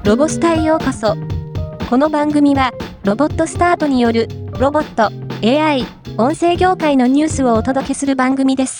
ロボスタへようこそ。この番組は、ロボットスタートによる、ロボット、AI、音声業界のニュースをお届けする番組です。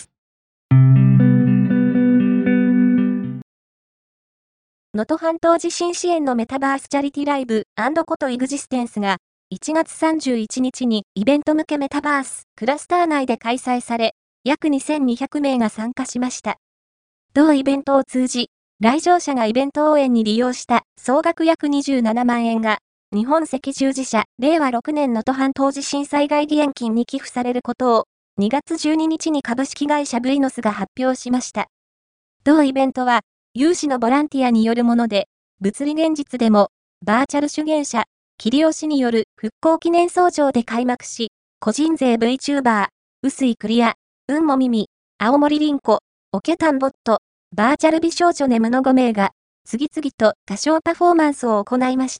能登半島地震支援のメタバースチャリティライブ&ことイグジステンスが、1月31日にイベント向けメタバースクラスター内で開催され、約2200名が参加しました。同イベントを通じ、来場者がイベント応援に利用した総額約27万円が、日本赤十字社令和6年能登半島地震災害義援金に寄付されることを、2月12日に株式会社ブイノスが発表しました。同イベントは、有志のボランティアによるもので、物理現実でも、バーチャル手芸者、桐吉氏による復興記念操場で開幕し、個人税 VTuber、臼井クリア、もみみ、青森凛子、オケタンボット、バーチャル美少女ネムの5名が、次々と歌唱パフォーマンスを行いました。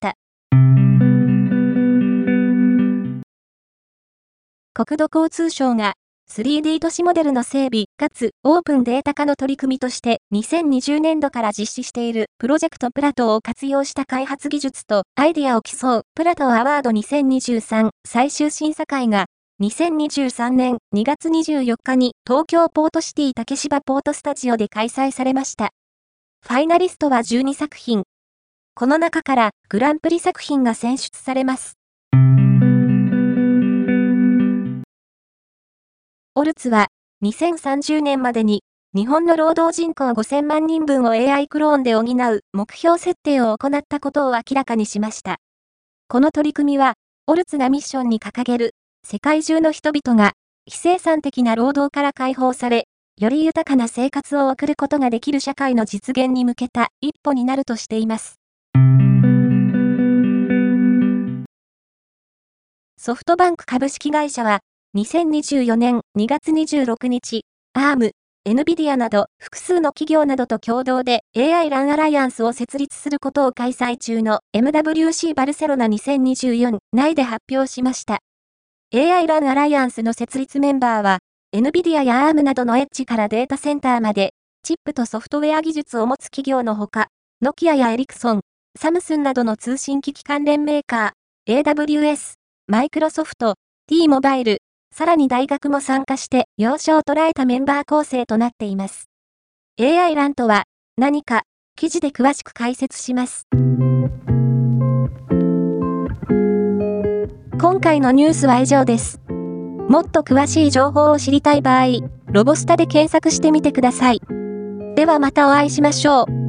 国土交通省が、3D 都市モデルの整備かつオープンデータ化の取り組みとして2020年度から実施しているプロジェクトプラトを活用した開発技術とアイデアを競うプラトアワード2023最終審査会が2023年2月24日に東京ポートシティ竹芝ポートスタジオで開催されました。ファイナリストは12作品。この中からグランプリ作品が選出されます。オルツは2030年までに日本の労働人口5000万人分を AI クローンで補う目標設定を行ったことを明らかにしました。この取り組みはオルツがミッションに掲げる世界中の人々が非生産的な労働から解放され、より豊かな生活を送ることができる社会の実現に向けた一歩になるとしています。ソフトバンク株式会社は2024年2月26日、ARM、NVIDIA など複数の企業などと共同で AI ランアライアンスを設立することを開催中の MWC バルセロナ2024内で発表しました。AI ランアライアンスの設立メンバーは、NVIDIA や ARM などのエッジからデータセンターまで、チップとソフトウェア技術を持つ企業のほか、ノキアやエリクソン、サムスンなどの通信機器関連メーカー、AWS、マイクロソフト、T モバイル、さらに大学も参加して要所を捉えたメンバー構成となっています。AI ランとは何か、記事で詳しく解説します。今回のニュースは以上です。もっと詳しい情報を知りたい場合、ロボスタで検索してみてください。ではまたお会いしましょう。